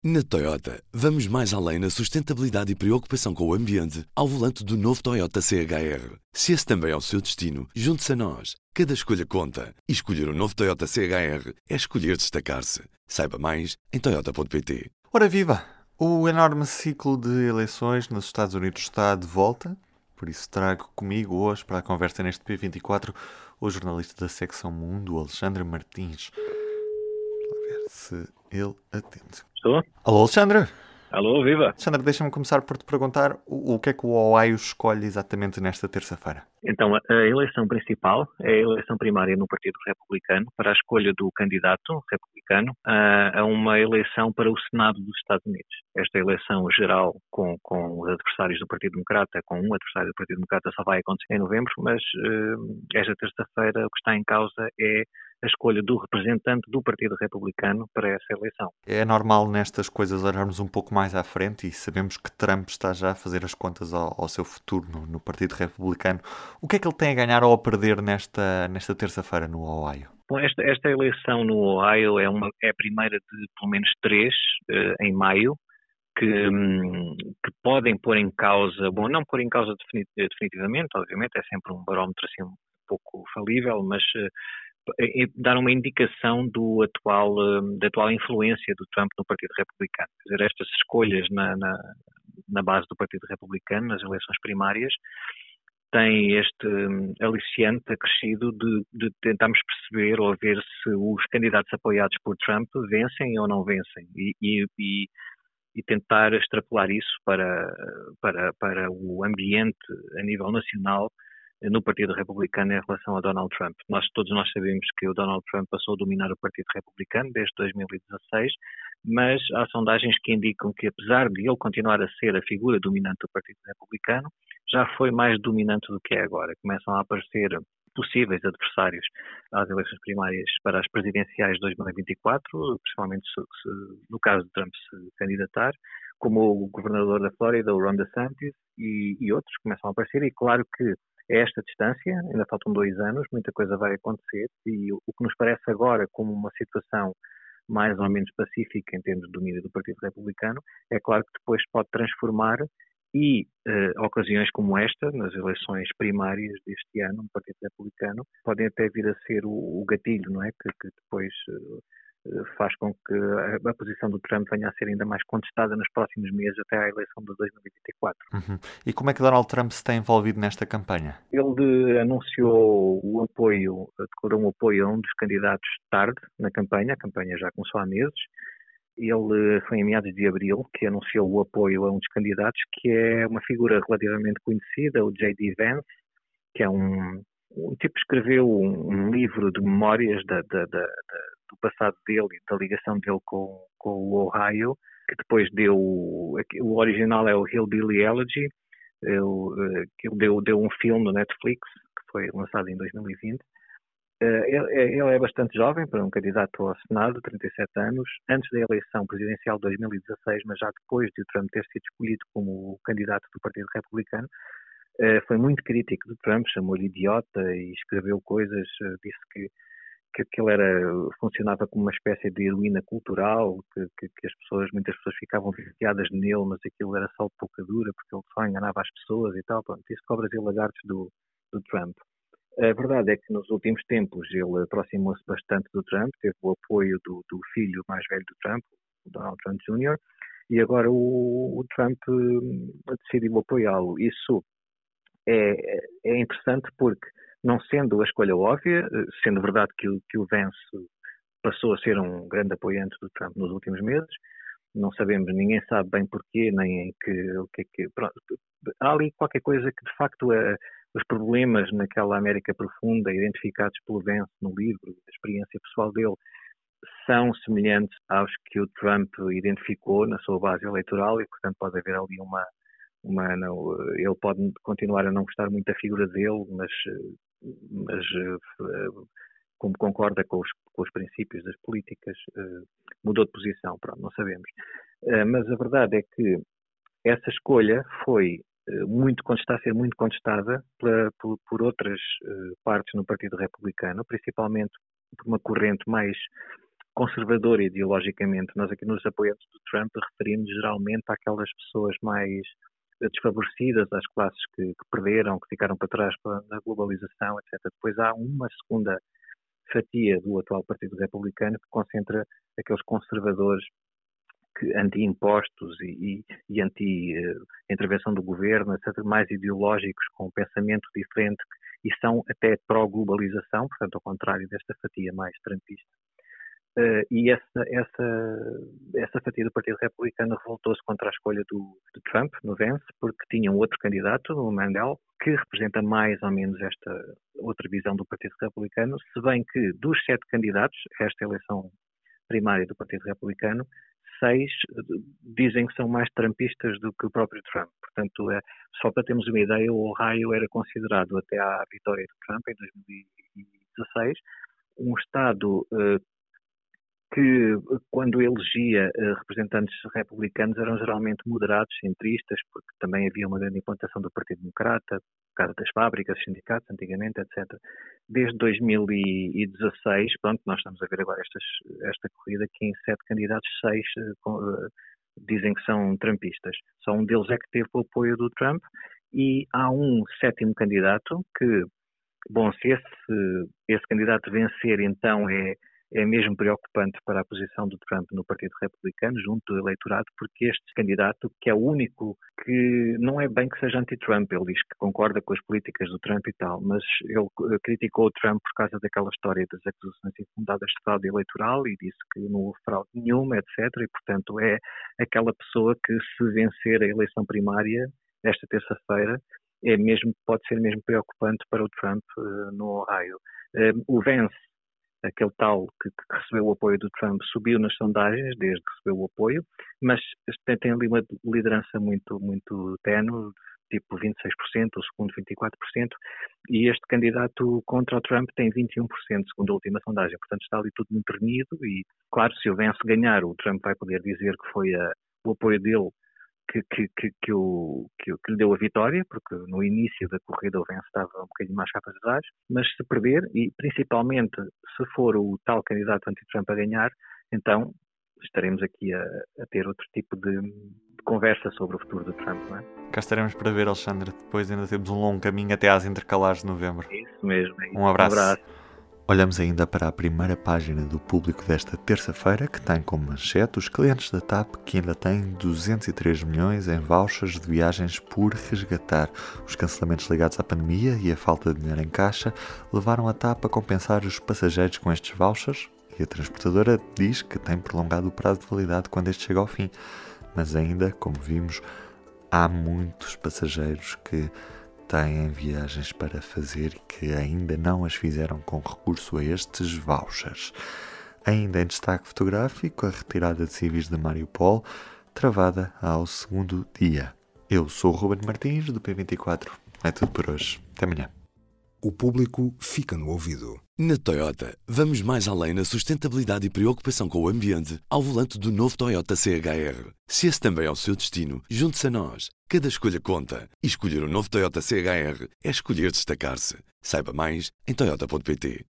Na Toyota, vamos mais além na sustentabilidade e preocupação com o ambiente ao volante do novo Toyota CHR. Se esse também é o seu destino, junte-se a nós. Cada escolha conta. E escolher o novo Toyota CHR é escolher destacar-se. Saiba mais em toyota.pt. Ora viva! O enorme ciclo de eleições nos Estados Unidos está de volta. Por isso trago comigo hoje para a conversa neste P24 o jornalista da secção Mundo, Alexandre Martins. Vamos lá ver se ele atende. Estou? Alô, Alexandre! Alô, viva! Alexandre, deixa-me começar por te perguntar o que é que o Ohio escolhe exatamente nesta terça-feira. Então, a eleição principal é a eleição primária no Partido Republicano para a escolha do candidato republicano a uma eleição para o Senado dos Estados Unidos. Esta eleição geral com os adversários do Partido Democrata, com um adversário do Partido Democrata, só vai acontecer em novembro, mas esta terça-feira o que está em causa é a escolha do representante do Partido Republicano para essa eleição. É normal nestas coisas olharmos um pouco mais à frente e sabemos que Trump está já a fazer as contas ao seu futuro no Partido Republicano. O que é que ele tem a ganhar ou a perder nesta terça-feira no Ohio? Bom, esta eleição no Ohio é a primeira de pelo menos 3 em maio, que podem pôr em causa, não pôr em causa definitivamente, obviamente, é sempre um barómetro assim um pouco falível, mas dar uma indicação da atual influência do Trump no Partido Republicano. Quer dizer, estas escolhas na base do Partido Republicano, nas eleições primárias, têm este aliciante acrescido de tentarmos perceber ou ver se os candidatos apoiados por Trump vencem ou não vencem e tentar extrapolar isso para o ambiente a nível nacional no Partido Republicano em relação a Donald Trump. Todos nós sabemos que o Donald Trump passou a dominar o Partido Republicano desde 2016, mas há sondagens que indicam que, apesar de ele continuar a ser a figura dominante do Partido Republicano, já foi mais dominante do que é agora. Começam a aparecer possíveis adversários às eleições primárias para as presidenciais de 2024, principalmente no caso de Trump se candidatar, como o governador da Flórida, o Ron DeSantis, e outros começam a aparecer, e claro que a esta distância, ainda faltam 2 anos, muita coisa vai acontecer, e o que nos parece agora como uma situação mais ou menos pacífica em termos de domínio do Partido Republicano, é claro que depois pode transformar e ocasiões como esta, nas eleições primárias deste ano no Partido Republicano, podem até vir a ser o gatilho, não é? Que depois faz com que a posição do Trump venha a ser ainda mais contestada nos próximos meses até à eleição de 2024. Uhum. E como é que Donald Trump se tem envolvido nesta campanha? Ele anunciou declarou um apoio a um dos candidatos tarde na campanha, a campanha já começou há meses. Ele foi em meados de abril que anunciou o apoio a um dos candidatos, que é uma figura relativamente conhecida, o J.D. Vance, que é um tipo que escreveu um livro de memórias do passado dele e da ligação dele com o Ohio, que depois o original é o Hillbilly Elegy, que ele deu um filme no Netflix, que foi lançado em 2020. Ele é bastante jovem para um candidato ao Senado, 37 anos, antes da eleição presidencial de 2016, mas já depois de o Trump ter sido escolhido como candidato do Partido Republicano. Foi muito crítico do Trump, chamou-lhe idiota e escreveu coisas, disse que ele funcionava como uma espécie de heroína cultural, que muitas pessoas ficavam viciadas nele, mas aquilo era só pouca dura, porque ele só enganava as pessoas e tal. Pronto, isso cobras e lagartos do Trump. A verdade é que nos últimos tempos ele aproximou-se bastante do Trump, teve o apoio do filho mais velho do Trump, o Donald Trump Jr., e agora o Trump decidiu apoiá-lo. Isso é interessante porque, não sendo a escolha óbvia, sendo verdade que o Vance passou a ser um grande apoiante do Trump nos últimos meses, não sabemos, ninguém sabe bem porquê, nem o que é que... Pronto, há ali qualquer coisa que, de facto, os problemas naquela América profunda, identificados pelo Vance no livro, a experiência pessoal dele, são semelhantes aos que o Trump identificou na sua base eleitoral e, portanto, pode haver ali ele pode continuar a não gostar muito da figura dele, mas como concorda com os princípios das políticas, mudou de posição, pronto, não sabemos. Mas a verdade é que essa escolha foi está a ser muito contestada por outras partes no Partido Republicano, principalmente por uma corrente mais conservador ideologicamente. Nós aqui nos apoiantes do Trump referimos geralmente àquelas pessoas mais desfavorecidas, às classes que perderam, que ficaram para trás na globalização, etc. Depois há uma segunda fatia do atual Partido Republicano que concentra aqueles conservadores anti-impostos e anti-intervenção do governo, etc., mais ideológicos, com um pensamento diferente e são até pró-globalização, portanto, ao contrário desta fatia mais trumpista. E essa fatia do Partido Republicano revoltou-se contra a escolha do Trump, no Vance, porque tinha um outro candidato, o Mandel, que representa mais ou menos esta outra visão do Partido Republicano, se bem que dos 7 candidatos a esta eleição primária do Partido Republicano, 6 dizem que são mais trumpistas do que o próprio Trump. Portanto, só para termos uma ideia, o Ohio era considerado, até à vitória do Trump em 2016, um estado que, quando elegia representantes republicanos, eram geralmente moderados, centristas, porque também havia uma grande implantação do Partido Democrata, por causa das fábricas, sindicatos, antigamente, etc. Desde 2016, pronto, nós estamos a ver agora esta corrida, que em 7 candidatos, 6 dizem que são trumpistas. Só um deles é que teve o apoio do Trump, e há um 7º candidato que, bom, se esse candidato vencer, então é mesmo preocupante para a posição do Trump no Partido Republicano, junto do eleitorado, porque este candidato, que é o único que não é bem que seja anti-Trump, ele diz que concorda com as políticas do Trump e tal, mas ele criticou o Trump por causa daquela história das acusações infundadas de fraude eleitoral e disse que não houve fraude nenhuma, etc. E, portanto, é aquela pessoa que, se vencer a eleição primária, esta terça-feira, pode ser mesmo preocupante para o Trump no Ohio. O Vance, aquele tal que recebeu o apoio do Trump, subiu nas sondagens desde que recebeu o apoio, mas tem ali uma liderança muito, muito ténue, tipo 26%, o segundo 24%, e este candidato contra o Trump tem 21%, segundo a última sondagem. Portanto, está ali tudo muito reunido e, claro, se o Vance ganhar, o Trump vai poder dizer que foi o apoio dele que lhe deu a vitória, porque no início da corrida o Vance estava um bocadinho mais capaz de dar, mas se perder, e principalmente se for o tal candidato anti-Trump a ganhar, então estaremos aqui a ter outro tipo de conversa sobre o futuro do Trump, não é? Cá estaremos para ver, Alexandre. Depois ainda temos um longo caminho até às intercalares de novembro. Isso mesmo. É isso. Um abraço. Olhamos ainda para a primeira página do Público desta terça-feira, que tem como manchete os clientes da TAP que ainda têm 203 milhões em vouchers de viagens por resgatar. Os cancelamentos ligados à pandemia e a falta de dinheiro em caixa levaram a TAP a compensar os passageiros com estes vouchers, e a transportadora diz que tem prolongado o prazo de validade quando este chega ao fim. Mas ainda, como vimos, há muitos passageiros que têm viagens para fazer e que ainda não as fizeram com recurso a estes vouchers. Ainda em destaque fotográfico, a retirada de civis de Mariupol, travada ao segundo dia. Eu sou o Ruben Martins, do P24. É tudo por hoje. Até amanhã. O Público fica no ouvido. Na Toyota, vamos mais além na sustentabilidade e preocupação com o ambiente ao volante do novo Toyota CHR. Se esse também é o seu destino, junte-se a nós. Cada escolha conta. E escolher o novo Toyota CHR é escolher destacar-se. Saiba mais em toyota.pt.